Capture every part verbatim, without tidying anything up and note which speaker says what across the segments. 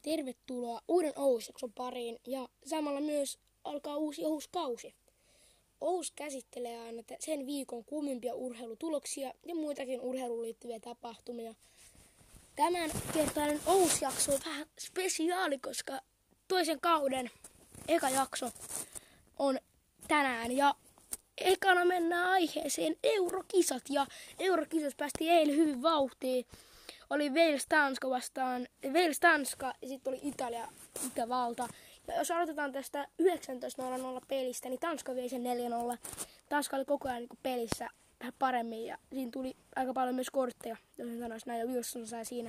Speaker 1: Tervetuloa uuden Ous-jakson pariin ja samalla myös alkaa uusi Ous-kausi. Ous käsittelee aina sen viikon kummimpia urheilutuloksia ja muitakin urheiluun liittyviä tapahtumia. Tämän kertainen Ous-jakso on vähän spesiaali, koska toisen kauden eka jakso on tänään ja ekana mennään aiheeseen Eurokisat ja Eurokisat päästiin eilen hyvin vauhtiin. Oli Wales-Tanska vastaan, Wales-Tanska ja sitten oli Italia-Itävalta. Ja jos aloitetaan tästä yhdeksäntoista nolla nolla pelistä, niin Tanska vei sen neljä nolla. Tanska oli koko ajan niin kuin pelissä vähän paremmin ja siinä tuli aika paljon myös kortteja, jos en sanoisi näin. Ja Wilson sai siinä,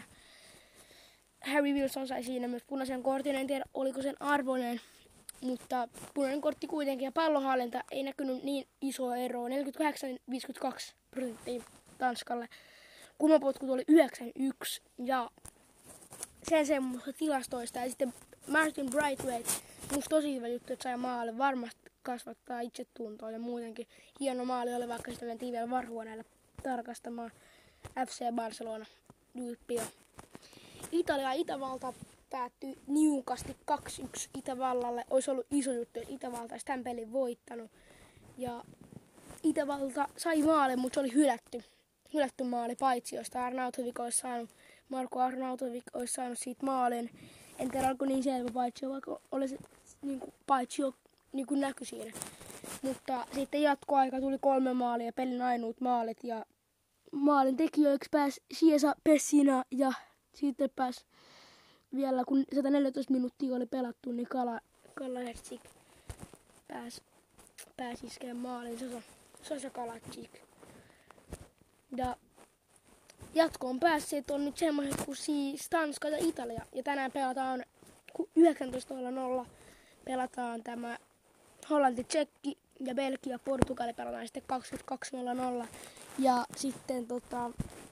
Speaker 1: Harry Wilson sai siinä myös punaisen kortin. En tiedä, oliko sen arvoinen, mutta punainen kortti kuitenkin. Ja pallonhallinta ei näkynyt niin isoa eroa, neljäkymmentäkahdeksan viisikymmentäkaksi prosenttia Tanskalle. Kumapotkut oli yhdeksän yksi ja sen semmoista tilastoista. Ja sitten Martin Braithwaite, musta tosi hyvä juttu, että sai maalle. Varmasti kasvattaa itsetuntoa ja muutenkin. Hieno maali oli, vaikka sitä mentiin vielä varhuoneella tarkastamaan F C Barcelona -dyyppiä. Italia ja Itävalta päättyi niukasti kaksi yksi Itävallalle. Olisi ollut iso juttu, että Itävalta olisi tämän pelin voittanut. Ja Itävalta sai maalin, mutta se oli hylätty. Hylätty maali paitsi, josta Arnautovic olisi saanut, Marko Arnautovic olisi saanut siitä maalin. En tiedä, oliko niin selvä paitsi, vaikka oli se niin kuin, paitsi jo niin kuin näkyi siinä. Mutta sitten jatkoaika tuli kolme maalia ja pelin ainoat maalit. Ja maalin tekijöiksi pääsi Chiesa Pessina ja sitten pääsi vielä, kun sata neljätoista minuuttia oli pelattu, niin Kala, Kala Hertzig pääsi, pääsi iskemään maalin. Sasa, Sasa Kalacic. Ja jatkoon päässeet on nyt semmoiset kuin siis Tanska ja Italia. Ja tänään pelataan yhdeksäntoista nolla nolla pelataan tämä Hollanti, Tsekki ja Belgia, Portugali pelataan sitten kaksikymmentäkaksi nolla nolla. Ja sitten tota,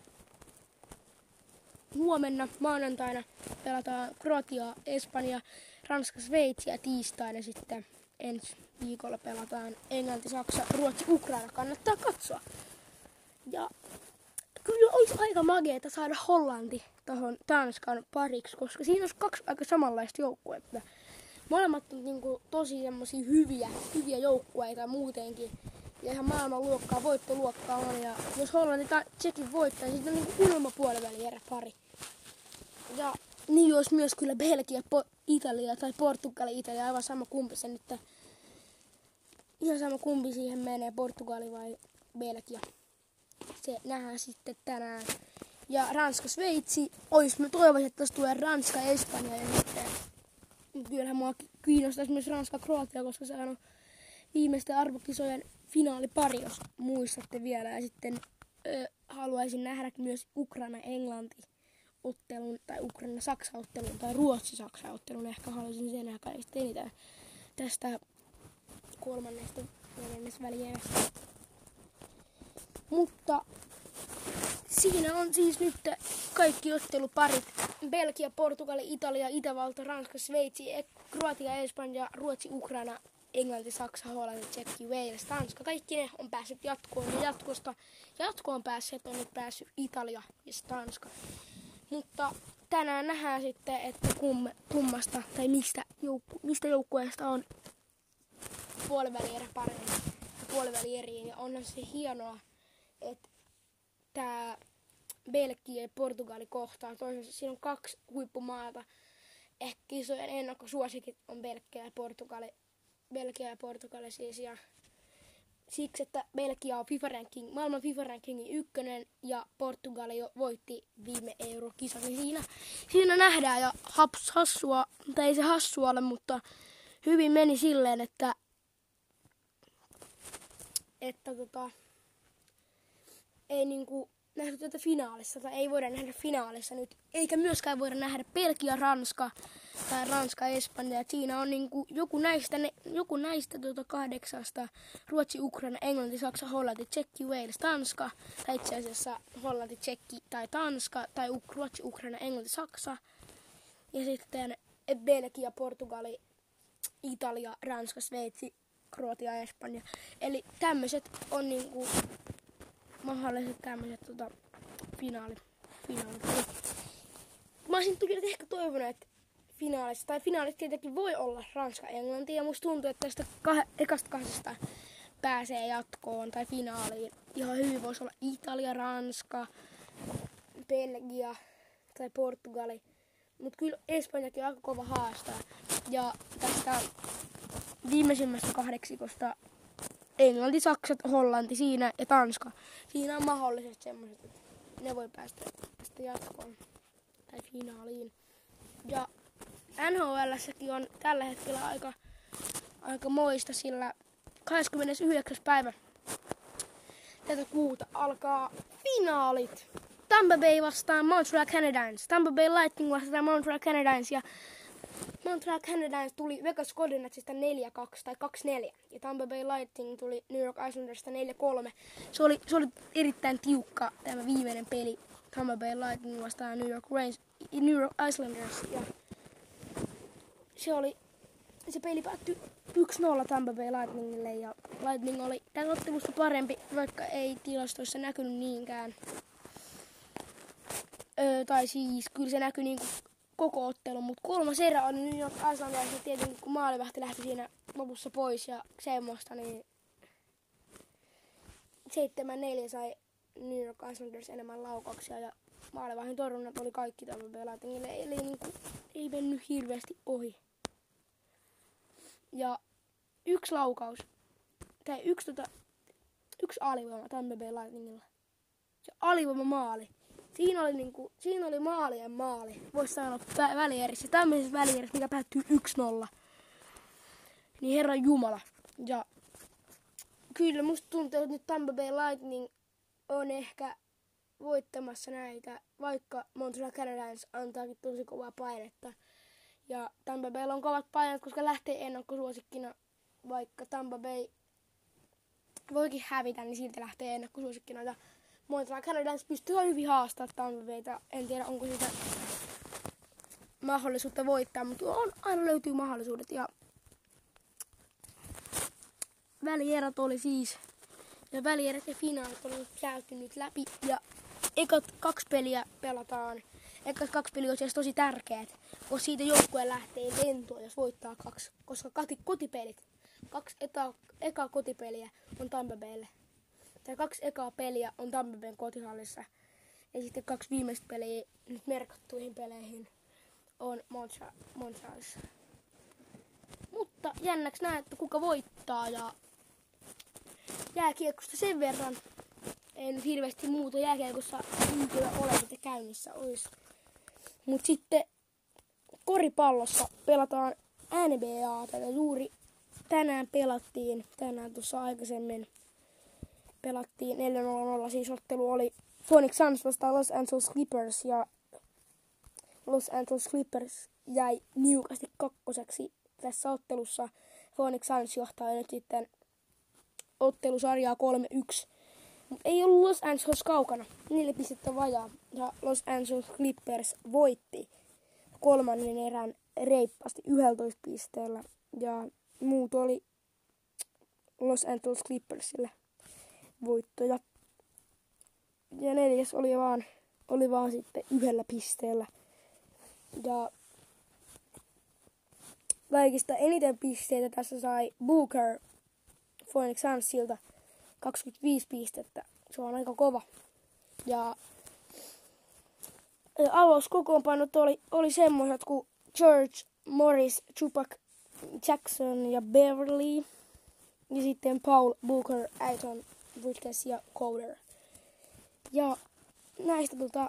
Speaker 1: huomenna maanantaina pelataan Kroatia, Espanja, Ranska, Sveitsi ja tiistaina sitten ensi viikolla pelataan Englanti, Saksa, Ruotsi, Ukraina. Kannattaa katsoa. Ja kyllä olisi aika mageeta saada Hollanti tuohon Tanskan pariksi, koska siinä olisi kaksi aika samanlaista joukkuetta. Molemmat on niinku tosi semmosia hyviä, hyviä joukkueita muutenkin. Ja ihan maailmanluokkaa, voittoluokkaa on. Ja jos Hollanti tai Tsekin voittaa, niin sitten on niinku ilma puoliväli erä pari. Ja niin olisi myös kyllä Belgia, po- Italia tai Portugali, Italia, aivan sama kumpi se nyt. Ihan sama kumpi siihen menee, Portugali vai Belgia. Se nähdään sitten tänään. Ja Ranska, Sveitsi, ois mä toivoisin, että tässä tulee Ranska, Espanja ja sitten kyllähän mua kiinnostaisi myös Ranska, Kroatia, koska se on viimeisten arvokisojen finaalipari, jos muistatte vielä. Ja sitten ö, haluaisin nähdä myös Ukraina, Englanti ottelun tai Ukraina, Saksa ottelun tai Ruotsi, Saksa ottelun. Ehkä haluaisin sen nähdä kaikista eniten tästä kolmannesta neljännestä välierästä. Mutta siinä on siis nyt kaikki otteluparit. Belgia, Portugali, Italia, Itävalta, Ranska, Sveitsi, Kroatia, Espanja, Ruotsi, Ukraina, Englanti, Saksa, Hollanti, Tsekki, Wales, Tanska. Kaikki ne on päässyt jatkoon ja jatkosta. Jatkoon päässeet on nyt päässyt Italia ja Tanska. Mutta tänään nähdään sitten, että kum, kummasta tai mistä, joukku, mistä joukkueesta on puolivälierä paremmin ja puolivälieriin. Ja onhan se hienoa, että tämä Belgia ja Portugali kohtaa toisensa. Siinä on kaksi huippumaata. Ehkä kisojen ennakkosuosikit on Belgia ja Portugali. Belgia ja Portugali siis. Ja siksi, että Belgia on FIFA ranking, maailman FIFA-rankingin ykkönen ja Portugali jo voitti viime Eurokisan. Niin siinä, siinä nähdään ja haps, hassua, tai ei se hassua ole, mutta hyvin meni silleen, että, että tota, ei niinku nähdä tätä finaalissa, tai ei voida nähdä finaalissa nyt, eikä myöskään voida nähdä Belgia, Ranska tai Ranska, Espanja. Siinä on niinku joku näistä, ne, joku näistä tuota kahdeksasta, Ruotsi, Ukraina, Englanti, Saksa, Hollanti, Tsekki, Wales, Tanska, tai itse asiassa Hollanti, Tsekki tai Tanska, tai Ruotsi, Ukraina, Englanti, Saksa, ja sitten Belgia, Portugali, Italia, Ranska, Sveitsi, Kroatia ja Espanja. Eli tämmöiset on niinku mahdolliset tämmöiset tota, finaali, finaalit. Mä olisin kyllä ehkä toivonut, että finaalissa. Tai finaalit tietenkin voi olla Ranska-Englanti. Ja musta tuntuu, että tästä kah- ekasta kahdesta pääsee jatkoon tai finaaliin. Ihan hyvin voisi olla Italia, Ranska, Belgia tai Portugali. Mutta kyllä Espanjakin on aika kova haastaa. Ja tästä viimeisimmästä kahdeksikosta Englanti, Saksa, Hollanti siinä ja Tanska. Siinä on mahdollisesti semmoiset, että ne voi päästä tästä jatkoon tai finaaliin. Ja N H L:ssäkin on tällä hetkellä aika, aika moista, sillä kahdeskymmenesyhdeksäs päivä tätä kuuta alkaa finaalit. Tampa Bay vastaan Montreal Canadiens. Tampa Bay Lightning vastaan Montreal Canadiens. Ja Montreal Canadiens tuli Vegas Golden Knightsista neljä kaksi tai kaksi neljä. Ja Tampa Bay Lightning tuli New York Islandersista neljä kolme. Se oli, se oli erittäin tiukka tämä viimeinen peli. Tampa Bay Lightning vastaan New York, Rangers, New York Islanders. Ja se, oli, se peli päättyi yksi nolla Tampa Bay Lightningille. Ja Lightning oli tässä ottelussa parempi, vaikka ei tilastoissa näkynyt niinkään. Öö, tai siis kyllä se näkyi niinku koko ottelu, mutta kolmas erä oli New York Islanders ja tietenkin kun maalivahti lähti siinä lopussa pois ja semmoista, niin seitsemän neljä sai New York Islanders enemmän laukauksia ja maalivahdin torjunnat oli kaikki Tampa Bay Lightningille, eli niinku ei mennyt hirveästi ohi. Ja yksi laukaus, tai yksi, tota, yksi alivoima Tampa Bay Lightningilla. Se alivoima maali. Siinä oli, niinku, siinä oli maalien maali. Voisi sanoa vä- välierissä. Tämmöisessä välierissä, mikä päättyy yksi nolla. Niin Herran Jumala. Ja kyllä musta tuntuu, että nyt Tampa Bay Lightning on ehkä voittamassa näitä, vaikka Montreal Canadiens antaakin tosi kovaa painetta. Ja Tampa Baylla on kovat paineet, koska lähtee ennakkosuosikkina, vaikka Tampa Bay voikin hävitä, niin silti lähtee ennakkosuosikkina. Ja Montreal Canadiens pystyy hyvin haastamaan Tampa Bayta. En tiedä, onko siitä mahdollisuutta voittaa, mutta on, aina löytyy mahdollisuudet. Ja välierät oli siis, ja välierät ja finaalit oli käyty nyt läpi. Ja ekat kaksi peliä pelataan. Ekat kaksi peliä on siis tosi tärkeät, koska siitä joukkue lähtee lentoon, jos voittaa kaksi. Koska kotipelit, kaksi eka, eka kotipeliä on Tampa Baylle. Tai kaksi ekaa peliä on Tampa Bayn kotihallissa. Ja sitten kaksi viimeistä peliä nyt merkattuihin peleihin on Montrealissa. Mutta jännäks näet, että kuka voittaa. Ja jääkiekosta sen verran. Ei nyt hirveästi muuta jääkiekossa kyllä ole, mitä käynnissä olisi. Mut sitten koripallossa pelataan N B A. Tätä juuri tänään pelattiin. Tänään tuossa aikaisemmin. Pelattiin neljä nolla nolla, siis ottelu oli Phoenix Suns vastaan Los Angeles Clippers ja Los Angeles Clippers jäi niukasti kakkoseksi tässä ottelussa. Phoenix Suns johtaa nyt sitten ottelusarjaa kolme yksi. Mutta ei ollut Los Angeles kaukana, neljä pistettä vajaa ja Los Angeles Clippers voitti kolmannen erän reippaasti yksitoista pisteellä ja muut oli Los Angeles Clippersille voittoja. Ja neljäs oli vaan, oli vaan sitten yhdellä pisteellä. Ja kaikista eniten pisteitä tässä sai Booker Phoenix Sunsilta kaksikymmentäviisi pistettä. Se on aika kova. Ja avauskokoonpanot oli, oli semmoiset kuin George, Morris, Tupac, Jackson ja Beverly. Ja sitten Paul, Booker, Aiton, Bridges ja Coder. Ja näistä tota,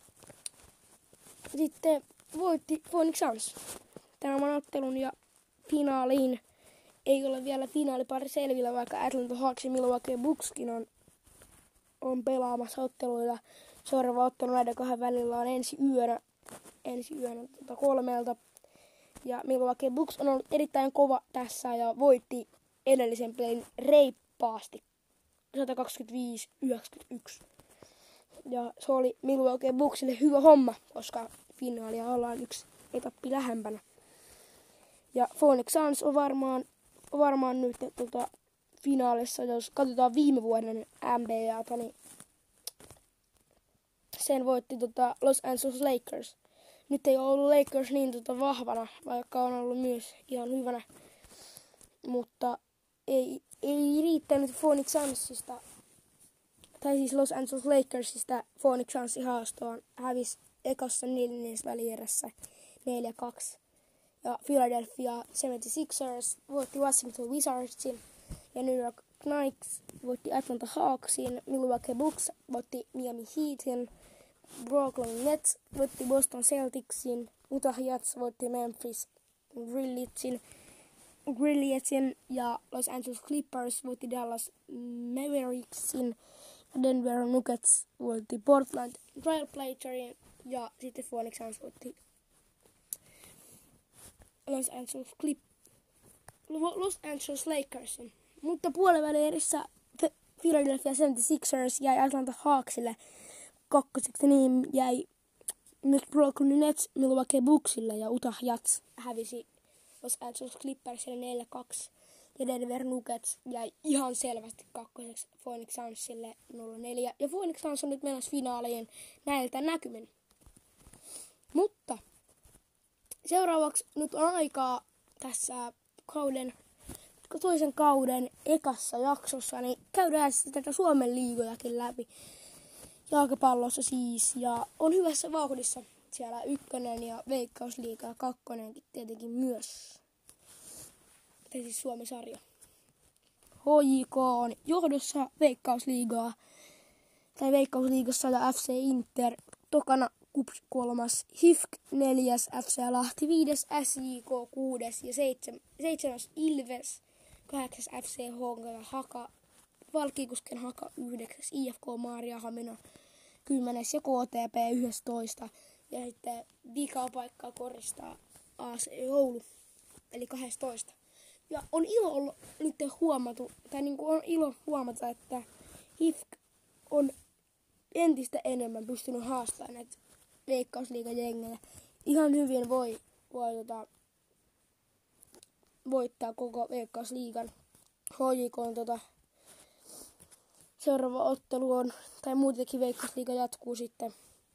Speaker 1: sitten voitti Phoenix Suns tämän ottelun ja finaaliin. Ei ole vielä finaalipari selvillä, vaikka Atlanta Hawks ja Milwaukee Buckskin on, on pelaamassa otteluita. Seuraava ottelu näiden kahden välillä on ensi yönä, ensi yönä tota kolmelta. Ja Milwaukee Bucks on ollut erittäin kova tässä ja voitti edellisen pelin reippaasti sata kaksikymmentäviisi yhdeksänkymmentäyksi. Ja se oli Milwaukee Bucksille hyvä homma, koska finaalia ollaan yksi etappi lähempänä. Ja Phoenix Suns on varmaan, varmaan nyt tuota, finaalissa, jos katsotaan viime vuoden N B A:ta, niin sen voitti tota Los Angeles Lakers. nyt ei ole ollut Lakers niin tota vahvana, vaikka on ollut myös ihan hyvänä. Mutta ei, ei riittänyt Phoenix Sunsista, tai siis Los Angeles Lakersista Phoenix Sunsin haastoon. Hävisi ekassa neljännesvälierässä neljä kaksi. Ja Philadelphia seitsemänkymmentäkuusi ers voitti Washington Wizardsin. Ja New York Knights voitti Atlanta Hawksin. Milwaukee Bucks voitti Miami Heatin. Brooklyn Nets voitti Boston Celticsin. Utah Jazz voitti Memphis Grizzliesin. Grizzliesin ja Los Angeles Clippers voitti Dallas Mavericksin. Denver Nuggets voitti Portland Trail Blazerin ja sitten Phoenix Suns voitti Los Angeles Clip Los Angeles Lakersin. Mutta puolivälierissä Philadelphia seitsemänkymmentäkuusi ers jäi Atlanta Hawksille kakkoseksi, niin jäi myös Brooklyn Nets Milwaukee Bucksille ja Utah Jazz hävisi Los Angeles Clippersille neljä kaksi. Ja Denver Nuggets jäi ihan selvästi kakkoseksi Phoenix Sunsille nolla neljä. Ja Phoenix Suns on nyt menossa finaaliin näiltä näkymin. Mutta seuraavaksi nyt on aikaa tässä kauden, toisen kauden ekassa jaksossa, niin käydään sitten tätä Suomen liigojakin läpi. Jalkapallossa siis, ja on hyvässä vauhdissa siellä ykkönen ja Veikkausliiga kakkonenkin tietenkin myös. Tai siis Suomi-sarja. H J K on johdossa Veikkausliigaa, tai Veikkausliigassa ja F C Inter tokana Kups kolmas, H I F K neljäs, F C Lahti viides, S J K kuudes ja seitsemän, seitsemäs Ilves, kahdeksas F C Honka ja Haka, Valkeakusken Haka yhdeksäs, I F K Maariahamina kymmenes ja K T P yksitoista ja sitten vikaa paikkaa koristaa A C Oulu eli kaksitoista. Ja on ilo olla nyt huomatu, tai niin kuin on ilo huomata, että H I F K on entistä enemmän pystynyt haastamaan näitä Veikkausliigajengejä. Ihan hyvin voi, voi tota, voittaa koko Veikkausliigan. H J K on tota, seuraava ottelu on, tai muutenkin Veikkausliiga jatkuu sitten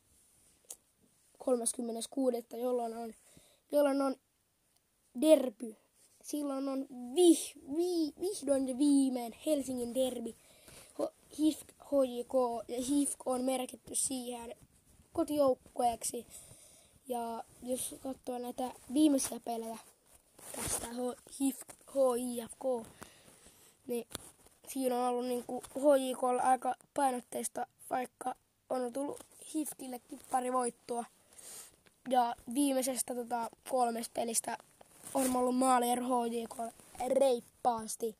Speaker 1: kolmaskymmenes kuudetta jolloin on, jolloin on derby. Silloin on vih, vih, vihdoin ja viimein Helsingin derby. H I F K, H J K ja H I F K on merkitty siihen kotijoukkueeksi. Ja jos katsoo näitä viimeisiä pelejä tästä H I F K, H I F K, niin siinä on ollut niinku H J K:lla aika painotteista, vaikka on tullut H I F Killekin pari voittoa. Ja viimeisestä tota, kolmesta pelistä on ollut maaliero H J K:lla reippaasti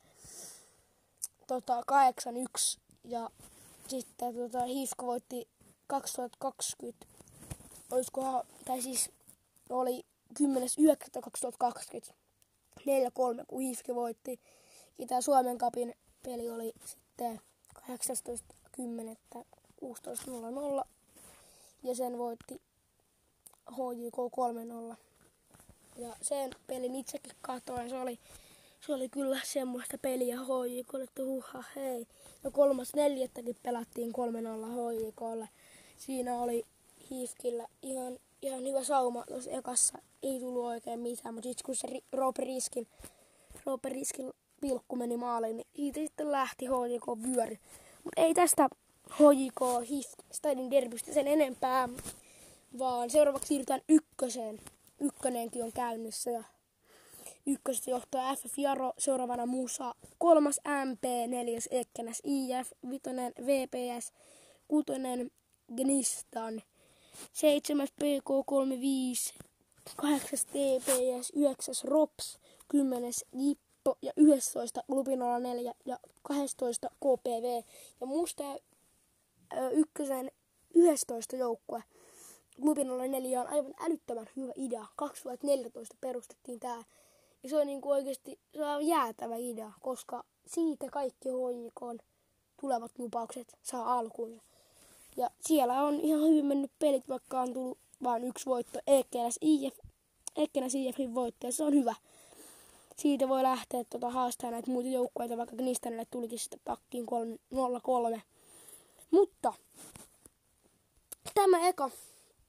Speaker 1: tota, kahdeksan yksi. Ja sitten tota, H I F K voitti kaksituhattakaksikymmentä, olisikohan, tai siis oli kymmenes yhdeksättä kaksituhattakaksikymmentä neljä kolme, kun H I F K voitti. Ja tämä Suomen Cupin peli oli sitten kahdeksastoista kymmenettä kuusitoista nolla nolla ja sen voitti H J K kolme nolla. Ja sen pelin itsekin katoin, se oli, se oli kyllä semmoista peliä H J K:lle, että huha hei. Ja kolmas neljättäkin pelattiin kolme nolla H J K:lle. Siinä oli H I F K:llä ihan, ihan hyvä sauma, tuossa ekassa ei tullut oikein mitään, mutta sitten kun se Roope Riskin, Roope Riskin pilkku meni maaliin, niin siitä sitten lähti H J K vyöry. Mutta ei tästä H J K H I F K Stadin derbystä sen enempää, vaan seuraavaksi siirrytään ykköseen. Ykkönenkin on käynnissä ja ykköstä johtaa F F Jaro, seuraavana Musa, kolmas M P, neljäs Ekkenäs I F, vitonen V P S, kutonen Gnistan, seitsemäs P K kolmekymmentäviisi, kahdeksas T P S, yhdeksäs Rops, kymmenes Jippo ja yksitoista Klubi nolla neljä ja kaksitoista K P V. Ja musta ö, ykkösen yksitoista joukkue Klubi nolla neljä on aivan älyttömän hyvä idea. kaksituhattaneljätoista perustettiin tää. Ja se on niinku oikeesti se on jäätävä idea, koska siitä kaikki H J K:n tulevat lupaukset saa alkuun. Ja siellä on ihan hyvin mennyt pelit, vaikka on tullut vain yksi voitto. Eekkenäs I F, Eekkenäs I F:n voitto, ja se on hyvä. Siitä voi lähteä tota, haastamaan näitä muita joukkueita, vaikka Gnistanille tulikin sitten takkiin nolla kolme. Mutta tämä eka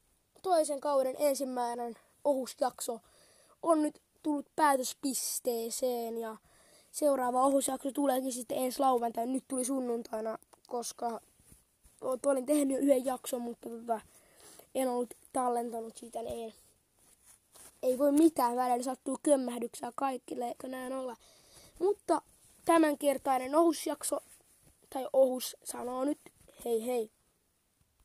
Speaker 1: toisen kauden ensimmäinen ohusjakso on nyt tullut päätöspisteeseen ja seuraava ohusjakso tuleekin sitten ensi lauantaina. Nyt tuli sunnuntaina, koska olin tehnyt yhden jakson, mutta tota, en ollut tallentanut sitä, niin ei voi mitään, välillä sattuu kömmähdyksiä kaikille, eikö näin olla. Mutta tämänkertainen ohusjakso, tai ohus sanoo nyt hei hei.